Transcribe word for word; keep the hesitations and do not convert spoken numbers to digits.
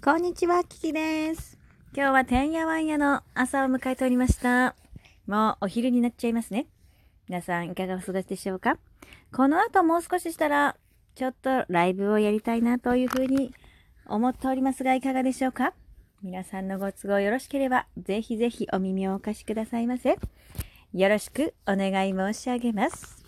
こんにちは、キキです。今日はてんやわんやの朝を迎えておりました。もうお昼になっちゃいますね。皆さんいかがお過ごしでしょうか。この後もう少ししたらちょっとライブをやりたいなというふうに思っておりますが、いかがでしょうか。皆さんのご都合よろしければぜひぜひお耳をお貸しくださいませ。よろしくお願い申し上げます。